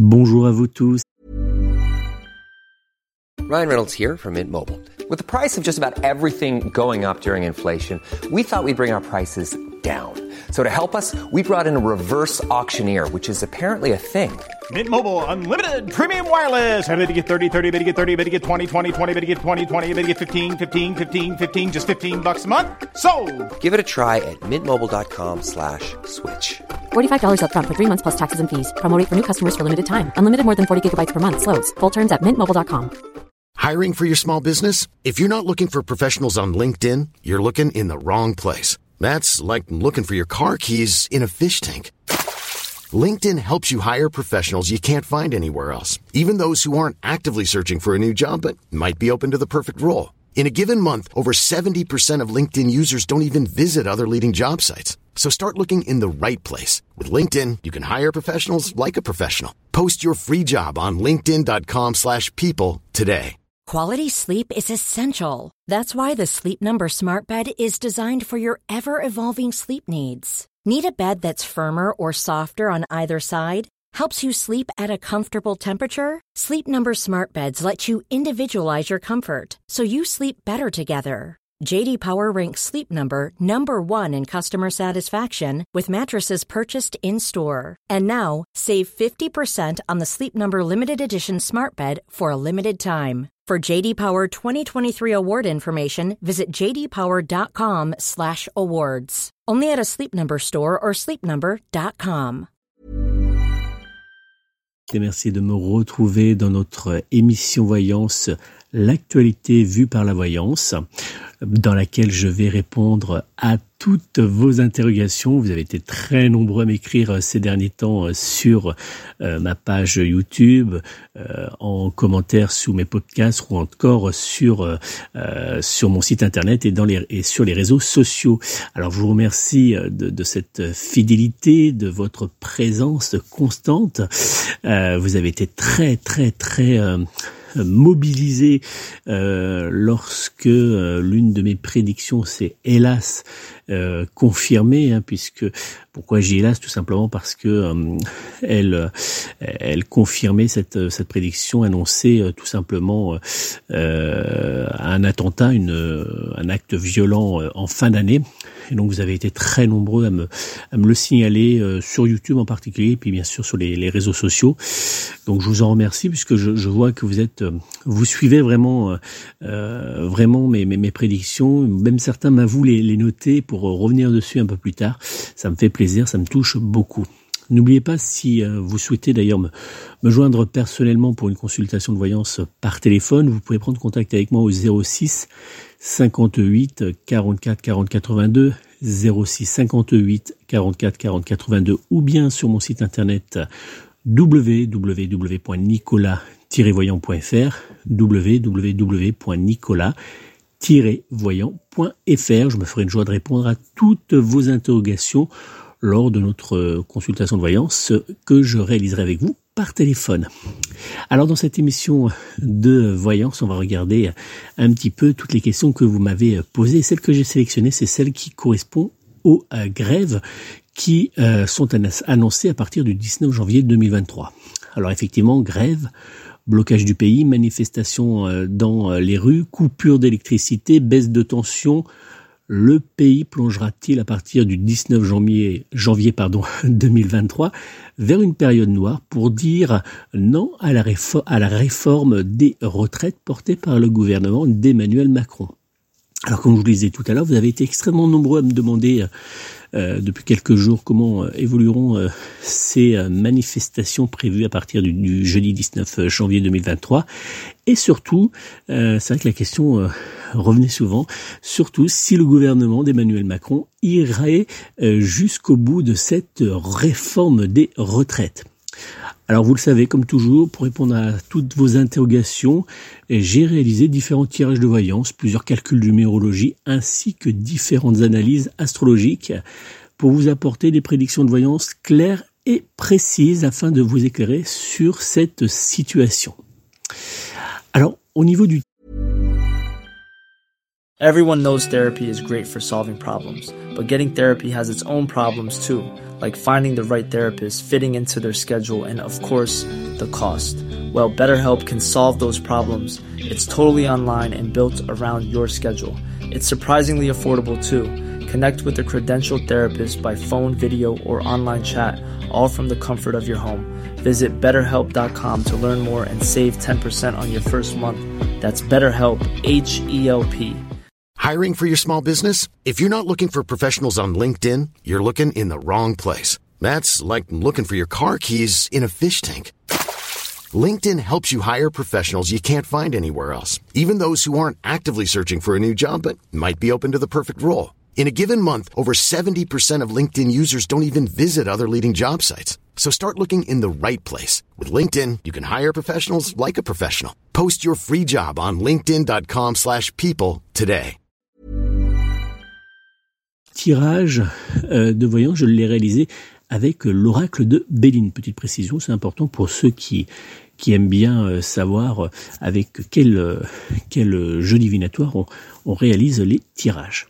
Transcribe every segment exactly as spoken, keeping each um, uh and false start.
Bonjour à vous tous. Ryan Reynolds here from Mint Mobile. With the price of just about everything going up during inflation, we thought we'd bring our prices down. So to help us, we brought in a reverse auctioneer, which is apparently a thing. Mint Mobile Unlimited Premium Wireless. How to get thirty, thirty, how to get thirty, how to get twenty, twenty, twenty, how to get twenty, twenty, how to get fifteen, fifteen, fifteen, fifteen, just fifteen bucks a month? Sold! Give it a try at mintmobile.com slash switch. forty-five dollars up front for three months plus taxes and fees. Promo rate for new customers for limited time. Unlimited more than forty gigabytes per month. Slows full terms at mint mobile dot com. Hiring for your small business? If you're not looking for professionals on LinkedIn, you're looking in the wrong place. That's like looking for your car keys in a fish tank. LinkedIn helps you hire professionals you can't find anywhere else, even those who aren't actively searching for a new job but might be open to the perfect role. In a given month, over seventy percent of LinkedIn users don't even visit other leading job sites. So start looking in the right place. With LinkedIn, you can hire professionals like a professional. Post your free job on linkedin.com slash people today. Quality sleep is essential. That's why the Sleep Number Smart Bed is designed for your ever-evolving sleep needs. Need a bed that's firmer or softer on either side? Helps you sleep at a comfortable temperature? Sleep Number Smart Beds let you individualize your comfort, so you sleep better together. J D Power ranks Sleep Number number one in customer satisfaction with mattresses purchased in-store. And now, save fifty percent on the Sleep Number Limited Edition Smart Bed for a limited time. For J D Power twenty twenty-three award information, visit jdpower.com slash awards. Only at a Sleep Number store or sleep number dot com. Et merci de me retrouver dans notre émission Voyance, l'actualité vue par la voyance, dans laquelle je vais répondre à toutes vos interrogations. Vous avez été très nombreux à m'écrire ces derniers temps sur euh, ma page YouTube, euh, en commentaire sous mes podcasts ou encore sur euh, sur mon site internet et dans les et sur les réseaux sociaux. Alors je vous remercie de, de cette fidélité, de votre présence constante. Euh, vous avez été très très très euh, mobilisé euh, lorsque euh, l'une de mes prédictions s'est hélas euh, confirmée, hein, puisque pourquoi j'ai hélas, tout simplement parce que euh, elle elle confirmait cette cette prédiction, annonçait euh, tout simplement euh, un attentat, une un acte violent euh, en fin d'année. Et donc vous avez été très nombreux à me à me le signaler euh, sur YouTube en particulier, et puis bien sûr sur les, les réseaux sociaux. Donc je vous en remercie, puisque je, je vois que vous êtes, euh, vous suivez vraiment euh, vraiment mes, mes mes prédictions. Même certains m'avouent les, les noter pour revenir dessus un peu plus tard. Ça me fait plaisir, ça me touche beaucoup. N'oubliez pas, si euh, vous souhaitez d'ailleurs me, me joindre personnellement pour une consultation de voyance par téléphone, vous pouvez prendre contact avec moi au zéro six cinquante-huit quarante-quatre quarante quatre-vingt-deux, zéro six cinquante-huit quarante-quatre quarante quatre-vingt-deux, ou bien sur mon site internet w w w point nicolas tiret voyant point f r, w w w point nicolas tiret voyant point f r. Je me ferai une joie de répondre à toutes vos interrogations lors de notre consultation de voyance que je réaliserai avec vous par téléphone. Alors dans cette émission de voyance, on va regarder un petit peu toutes les questions que vous m'avez posées. Celles que j'ai sélectionnées, c'est celles qui correspondent aux euh, grèves qui euh, sont annoncées à partir du dix-neuf janvier deux mille vingt-trois. Alors effectivement, grève, blocage du pays, manifestations euh, dans les rues, coupure d'électricité, baisse de tension. Le pays plongera-t-il à partir du dix-neuf janvier, janvier pardon, deux mille vingt-trois vers une période noire pour dire non à la, réforme, à la réforme des retraites portée par le gouvernement d'Emmanuel Macron? Alors comme je vous le disais tout à l'heure, vous avez été extrêmement nombreux à me demander euh, depuis quelques jours comment euh, évolueront euh, ces euh, manifestations prévues à partir du, du jeudi dix-neuf janvier deux mille vingt-trois. Et surtout, euh, c'est vrai que la question euh, revenait souvent, surtout si le gouvernement d'Emmanuel Macron irait euh, jusqu'au bout de cette réforme des retraites. Alors vous le savez, comme toujours, pour répondre à toutes vos interrogations, j'ai réalisé différents tirages de voyance, plusieurs calculs de numérologie, ainsi que différentes analyses astrologiques pour vous apporter des prédictions de voyance claires et précises afin de vous éclairer sur cette situation. Alors, au niveau du... Everyone knows therapy is great for solving problems, but getting therapy has its own problems too, like finding the right therapist, fitting into their schedule, and of course, the cost. Well, BetterHelp can solve those problems. It's totally online and built around your schedule. It's surprisingly affordable too. Connect with a credentialed therapist by phone, video, or online chat, all from the comfort of your home. Visit better help dot com to learn more and save ten percent on your first month. That's BetterHelp, H E L P. Hiring for your small business? If you're not looking for professionals on LinkedIn, you're looking in the wrong place. That's like looking for your car keys in a fish tank. LinkedIn helps you hire professionals you can't find anywhere else, even those who aren't actively searching for a new job but might be open to the perfect role. In a given month, over seventy percent of LinkedIn users don't even visit other leading job sites. So start looking in the right place. With LinkedIn, you can hire professionals like a professional. Post your free job on linkedin dot com slash people today. Tirage euh, de voyance, je l'ai réalisé avec l'oracle de Béline. Petite précision, c'est important pour ceux qui qui aiment bien euh, savoir avec quel euh, quel jeu divinatoire on, on réalise les tirages.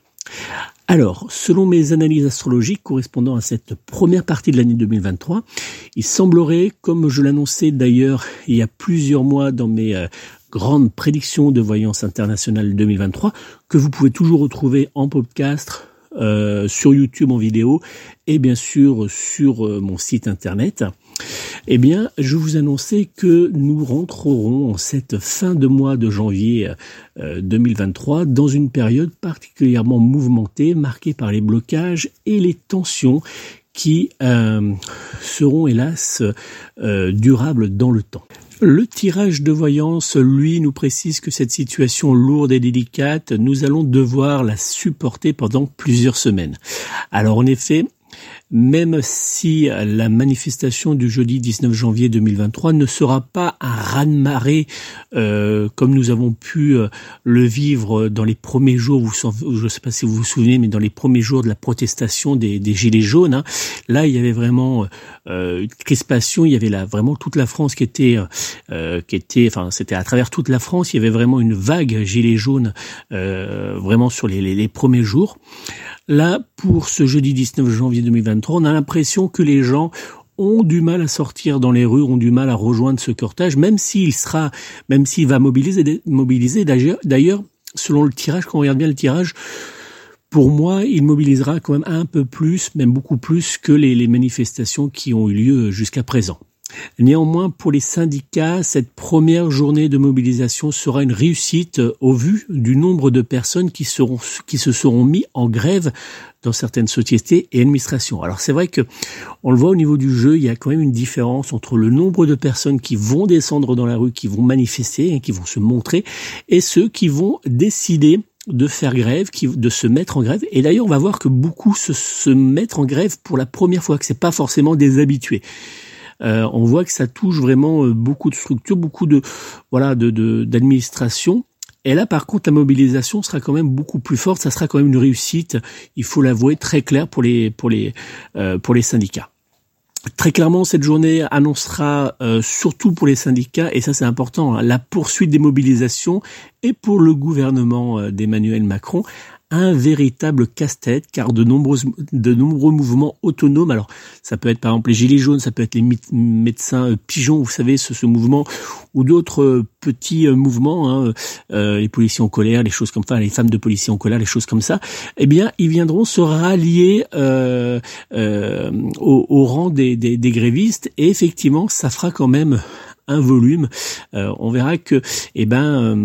Alors, selon mes analyses astrologiques correspondant à cette première partie de l'année deux mille vingt-trois, il semblerait, comme je l'annonçais d'ailleurs il y a plusieurs mois dans mes euh, grandes prédictions de voyance internationale deux mille vingt-trois, que vous pouvez toujours retrouver en podcast, euh, sur YouTube en vidéo et bien sûr sur euh, mon site internet, eh bien, je vous annonçais que nous rentrerons en cette fin de mois de janvier euh, deux mille vingt-trois dans une période particulièrement mouvementée, marquée par les blocages et les tensions qui euh, seront hélas euh, durables dans le temps. Le tirage de voyance, lui, nous précise que cette situation lourde et délicate, nous allons devoir la supporter pendant plusieurs semaines. Alors en effet, même si la manifestation du jeudi dix-neuf janvier deux mille vingt-trois ne sera pas un raz-de-marée euh, comme nous avons pu euh, le vivre dans les premiers jours, vous, je ne sais pas si vous vous souvenez, mais dans les premiers jours de la protestation des, des Gilets jaunes, hein, là il y avait vraiment euh, une crispation, il y avait là vraiment toute la France qui était, euh, qui était, enfin c'était à travers toute la France, il y avait vraiment une vague Gilets jaunes euh, vraiment sur les, les, les premiers jours. Là, pour ce jeudi dix-neuf janvier deux mille vingt-trois, on a l'impression que les gens ont du mal à sortir dans les rues, ont du mal à rejoindre ce cortège, même s'il sera, même s'il va mobiliser, mobiliser. D'ailleurs, d'ailleurs, selon le tirage, quand on regarde bien le tirage, pour moi, il mobilisera quand même un peu plus, même beaucoup plus que les, les manifestations qui ont eu lieu jusqu'à présent. Néanmoins, pour les syndicats, cette première journée de mobilisation sera une réussite au vu du nombre de personnes qui seront, qui se seront mis en grève dans certaines sociétés et administrations. Alors c'est vrai que on le voit au niveau du jeu, il y a quand même une différence entre le nombre de personnes qui vont descendre dans la rue, qui vont manifester, qui vont se montrer, et ceux qui vont décider de faire grève, qui, de se mettre en grève. Et d'ailleurs, on va voir que beaucoup se, se mettent en grève pour la première fois, que c'est pas forcément des habitués. Euh, on voit que ça touche vraiment beaucoup de structures, beaucoup de voilà de, de d'administration. Et là, par contre, la mobilisation sera quand même beaucoup plus forte. Ça sera quand même une réussite, il faut l'avouer, très claire pour les pour les euh, pour les syndicats. Très clairement, cette journée annoncera, euh, surtout pour les syndicats, et ça c'est important, hein, la poursuite des mobilisations, et pour le gouvernement euh, d'Emmanuel Macron, un véritable casse-tête, car de nombreuses, de nombreux mouvements autonomes, alors ça peut être par exemple les Gilets jaunes, ça peut être les médecins euh, pigeons, vous savez, ce, ce mouvement, ou d'autres euh, petits euh, mouvements, hein, euh, les policiers en colère, les choses comme ça, les femmes de policiers en colère, les choses comme ça, eh bien, ils viendront se rallier euh, euh, au, au rang des, des, des grévistes, et effectivement, ça fera quand même un volume. Euh, on verra que, eh ben,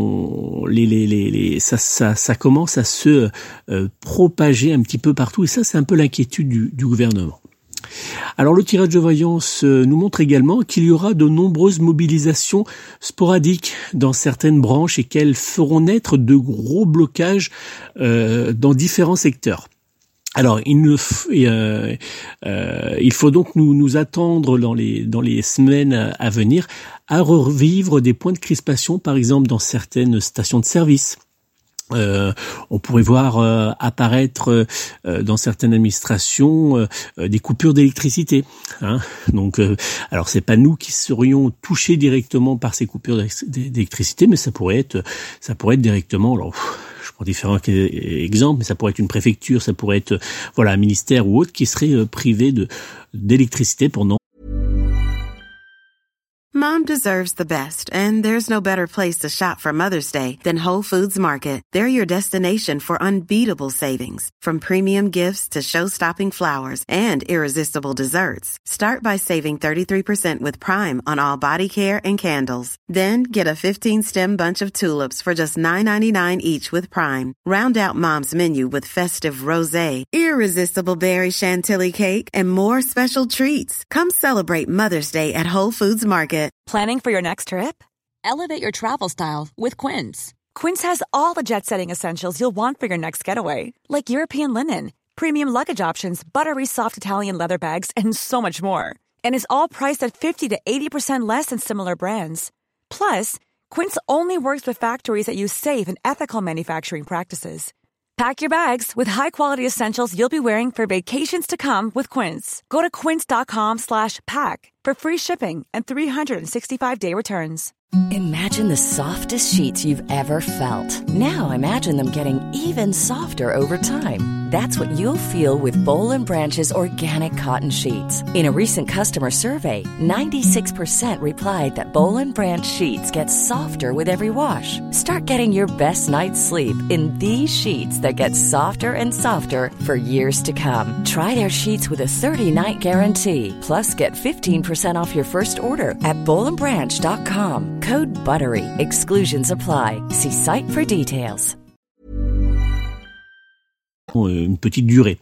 on, les, les, les, les, ça, ça, ça commence à se euh, propager un petit peu partout, et ça, c'est un peu l'inquiétude du, du gouvernement. Alors, le tirage de voyance euh, nous montre également qu'il y aura de nombreuses mobilisations sporadiques dans certaines branches et qu'elles feront naître de gros blocages euh, dans différents secteurs. Alors, il, ne f... euh, euh, il faut donc nous, nous attendre dans les, dans les semaines à venir à revivre des points de crispation, par exemple dans certaines stations de service. Euh, on pourrait voir euh, apparaître euh, dans certaines administrations euh, des coupures d'électricité. Hein. Donc, euh, alors c'est pas nous qui serions touchés directement par ces coupures d'électricité, mais ça pourrait être, ça pourrait être directement. Alors, je en différents exemples, mais ça pourrait être une préfecture, ça pourrait être voilà un ministère ou autre qui serait euh, privé de d'électricité pendant. Mom deserves the best, and there's no better place to shop for Mother's Day than Whole Foods Market. They're your destination for unbeatable savings, from premium gifts to show-stopping flowers and irresistible desserts. Start by saving thirty-three percent with Prime on all body care and candles. Then get a fifteen-stem bunch of tulips for just nine ninety-nine each with Prime. Round out Mom's menu with festive rosé, irresistible berry chantilly cake, and more special treats. Come celebrate Mother's Day at Whole Foods Market. Planning for your next trip? Elevate your travel style with Quince. Quince has all the jet-setting essentials you'll want for your next getaway, like European linen, premium luggage options, buttery soft Italian leather bags, and so much more. And is all priced at fifty to eighty percent less than similar brands. Plus, Quince only works with factories that use safe and ethical manufacturing practices. Pack your bags with high-quality essentials you'll be wearing for vacations to come with Quince. Go to quince.com slash pack for free shipping and three sixty-five day returns. Imagine the softest sheets you've ever felt. Now imagine them getting even softer over time. That's what you'll feel with Boll and Branch's organic cotton sheets. In a recent customer survey, ninety-six percent replied that Boll and Branch sheets get softer with every wash. Start getting your best night's sleep in these sheets that get softer and softer for years to come. Try their sheets with a thirty-night guarantee. Plus, get fifteen percent off your first order at boll and branch dot com. Code BUTTERY. Exclusions apply. See site for details. Une petite durée.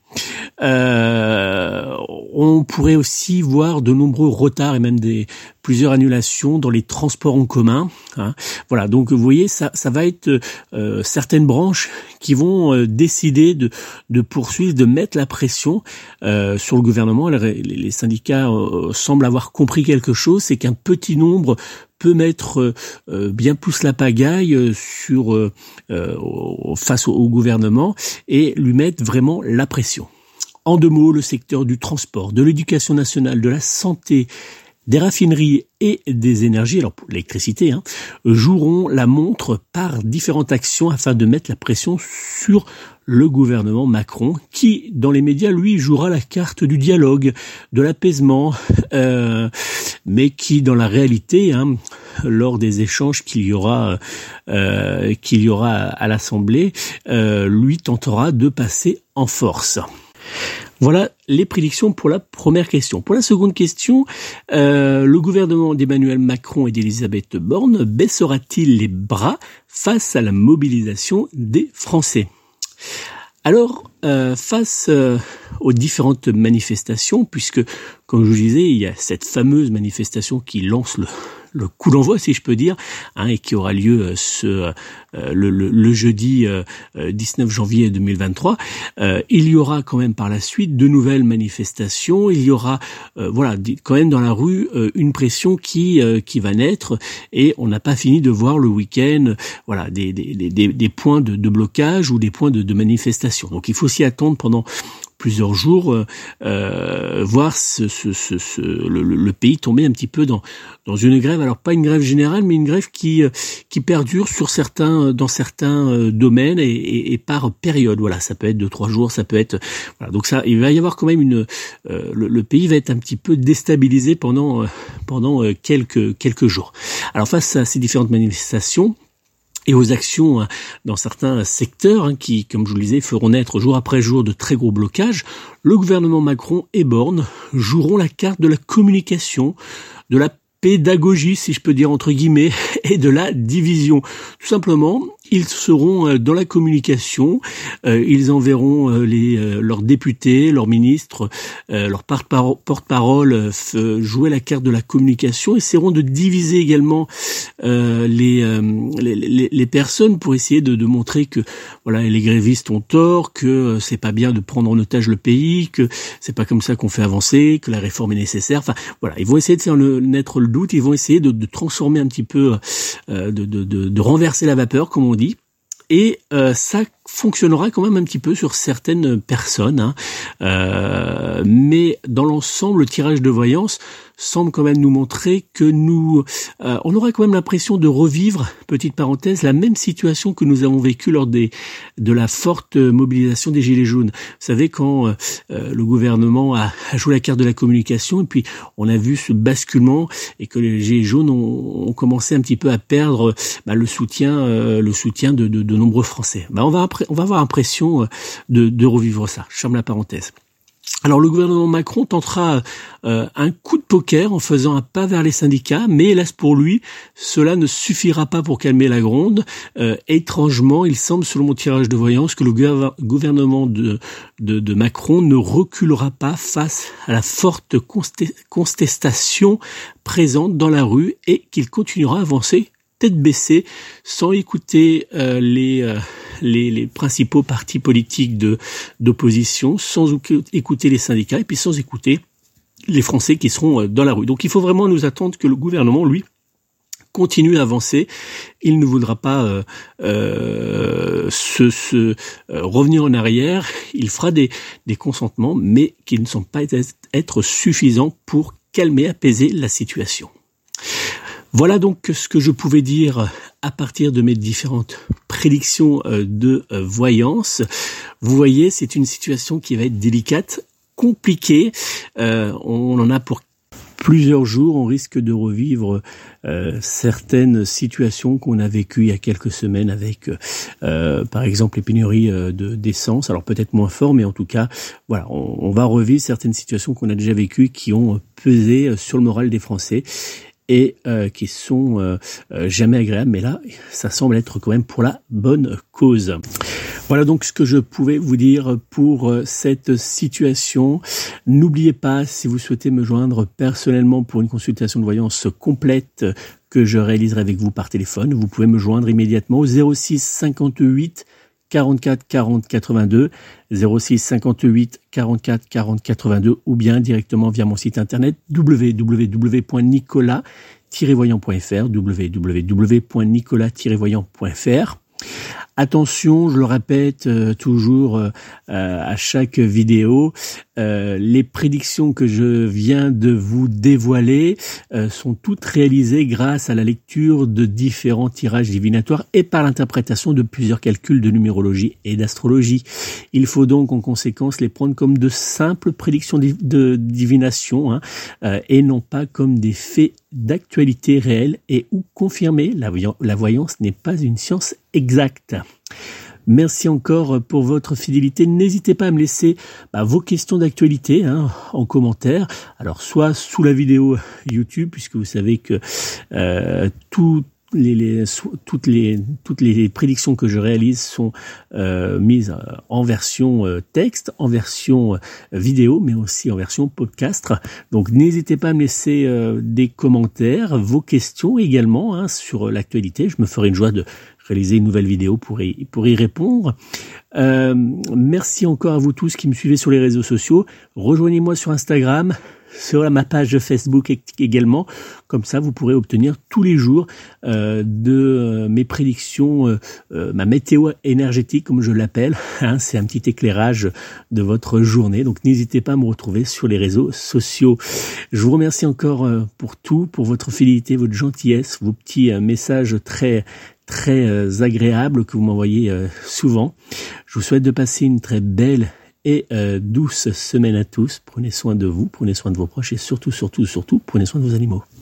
Euh, on pourrait aussi voir de nombreux retards et même des plusieurs annulations dans les transports en commun. Hein. Voilà, donc vous voyez, ça, ça va être euh, certaines branches qui vont euh, décider de, de poursuivre, de mettre la pression euh, sur le gouvernement. Les, les syndicats euh, semblent avoir compris quelque chose, c'est qu'un petit nombre peut mettre euh, bien plus la pagaille euh, sur euh, euh, face au, au gouvernement et lui mettre vraiment la pression. En deux mots, le secteur du transport, de l'éducation nationale, de la santé, des raffineries et des énergies, alors pour l'électricité, hein, joueront la montre par différentes actions afin de mettre la pression sur le gouvernement Macron, qui, dans les médias, lui, jouera la carte du dialogue, de l'apaisement, euh, mais qui, dans la réalité, hein, lors des échanges qu'il y aura, euh, qu'il y aura à l'Assemblée, euh, lui tentera de passer en force. Voilà les prédictions pour la première question. Pour la seconde question, euh, le gouvernement d'Emmanuel Macron et d'Elisabeth Borne baissera-t-il les bras face à la mobilisation des Français ? Alors, euh, face euh, aux différentes manifestations, puisque, comme je vous disais, il y a cette fameuse manifestation qui lance le, le coup d'envoi, si je peux dire, hein, et qui aura lieu ce, euh, le, le, le jeudi euh, dix-neuf janvier deux mille vingt-trois. Euh, il y aura quand même par la suite de nouvelles manifestations. Il y aura, euh, voilà, quand même dans la rue euh, une pression qui euh, qui va naître, et on n'a pas fini de voir le week-end, voilà, des des des, des points de, de blocage ou des points de, de manifestation. Donc il faut s'y attendre pendant plusieurs jours, euh, voir ce, ce, ce, ce, le, le pays tomber un petit peu dans dans une grève. Alors pas une grève générale, mais une grève qui qui perdure sur certains dans certains domaines et, et, et par période. Voilà, ça peut être de trois jours, ça peut être voilà. Donc ça, il va y avoir quand même une euh, le, le pays va être un petit peu déstabilisé pendant euh, pendant euh, quelques quelques jours. Alors face à ces différentes manifestations et aux actions hein, dans certains secteurs hein, qui, comme je vous le disais, feront naître jour après jour de très gros blocages, le gouvernement Macron et Borne joueront la carte de la communication, de la pédagogie, si je peux dire entre guillemets, et de la division. Tout simplement, ils seront dans la communication, euh, ils enverront euh, les, euh, leurs députés, leurs ministres, euh, leurs porte-parole euh, jouer la carte de la communication, essaieront de diviser également euh, les, euh, les, les, les personnes pour essayer de, de montrer que voilà, les grévistes ont tort, que euh, c'est pas bien de prendre en otage le pays, que c'est pas comme ça qu'on fait avancer, que la réforme est nécessaire. Enfin voilà, ils vont essayer de faire le, naître le doute, ils vont essayer de, de transformer un petit peu, euh, de, de, de, de renverser la vapeur, comme on dit. Et euh, ça fonctionnera quand même un petit peu sur certaines personnes, hein. Euh, mais dans l'ensemble, le tirage de voyance semble quand même nous montrer que nous, euh, on aura quand même l'impression de revivre, petite parenthèse, la même situation que nous avons vécue lors des de la forte mobilisation des Gilets jaunes. Vous savez, quand euh, le gouvernement a, a joué la carte de la communication, et puis on a vu ce basculement, et que les Gilets jaunes ont, ont commencé un petit peu à perdre bah, le soutien, euh, le soutien de, de, de nombreux Français. Bah, on va on va avoir l'impression de, de revivre ça. Je ferme la parenthèse. Alors le gouvernement Macron tentera euh, un coup de poker en faisant un pas vers les syndicats, mais hélas pour lui, cela ne suffira pas pour calmer la gronde. Euh, étrangement, il semble, selon mon tirage de voyance, que le gouvernement de, de, de Macron ne reculera pas face à la forte contestation présente dans la rue et qu'il continuera à avancer tête baissée, sans écouter euh, les, euh, les les principaux partis politiques de d'opposition, sans écouter les syndicats et puis sans écouter les Français qui seront euh, dans la rue. Donc il faut vraiment nous attendre que le gouvernement, lui, continue à avancer. Il ne voudra pas euh, euh, se, se euh, revenir en arrière. Il fera des des consentements, mais qui ne sont pas être suffisants pour calmer, apaiser la situation. Voilà donc ce que je pouvais dire à partir de mes différentes prédictions de voyance. Vous voyez, c'est une situation qui va être délicate, compliquée. Euh, on en a pour plusieurs jours. On risque de revivre euh, certaines situations qu'on a vécues il y a quelques semaines avec, euh, par exemple, les pénuries de d'essence. Alors peut-être moins fort, mais en tout cas, voilà, on, on va revivre certaines situations qu'on a déjà vécues qui ont pesé sur le moral des Français et euh, qui sont euh, euh, jamais agréables, mais là, ça semble être quand même pour la bonne cause. Voilà donc ce que je pouvais vous dire pour euh, cette situation. N'oubliez pas, si vous souhaitez me joindre personnellement pour une consultation de voyance complète que je réaliserai avec vous par téléphone, vous pouvez me joindre immédiatement au zéro six cinquante-huit quarante-quatre quarante quatre-vingt-deux, zéro six cinquante-huit quarante-quatre quarante quatre-vingt-deux, ou bien directement via mon site internet w w w point nicolas tiret voyant point f r, w w w point nicolas tiret voyant point f r. Attention, je le répète euh, toujours euh, à chaque vidéo, euh, les prédictions que je viens de vous dévoiler euh, sont toutes réalisées grâce à la lecture de différents tirages divinatoires et par l'interprétation de plusieurs calculs de numérologie et d'astrologie. Il faut donc en conséquence les prendre comme de simples prédictions de divination, hein, euh, et non pas comme des faits d'actualité réelle et ou confirmés. La, voy- la voyance n'est pas une science exacte. Merci encore pour votre fidélité. N'hésitez pas à me laisser bah, vos questions d'actualité hein, en commentaire. Alors soit sous la vidéo YouTube, puisque vous savez que euh, tout Les, les, toutes les toutes les prédictions que je réalise sont euh, mises en version euh, texte, en version euh, vidéo, mais aussi en version podcast. Donc n'hésitez pas à me laisser euh, des commentaires, vos questions également hein, sur l'actualité. Je me ferai une joie de réaliser une nouvelle vidéo pour y, pour y répondre. Euh, merci encore à vous tous qui me suivez sur les réseaux sociaux. Rejoignez-moi sur Instagram, sur ma page Facebook également. Comme ça, vous pourrez obtenir tous les jours euh, de euh, mes prédictions, euh, euh, ma météo énergétique, comme je l'appelle. Hein, c'est un petit éclairage de votre journée. Donc, n'hésitez pas à me retrouver sur les réseaux sociaux. Je vous remercie encore euh, pour tout, pour votre fidélité, votre gentillesse, vos petits euh, messages très très euh, agréables que vous m'envoyez euh, souvent. Je vous souhaite de passer une très belle et euh, douce semaine à tous. Prenez soin de vous, prenez soin de vos proches et surtout, surtout, surtout, prenez soin de vos animaux.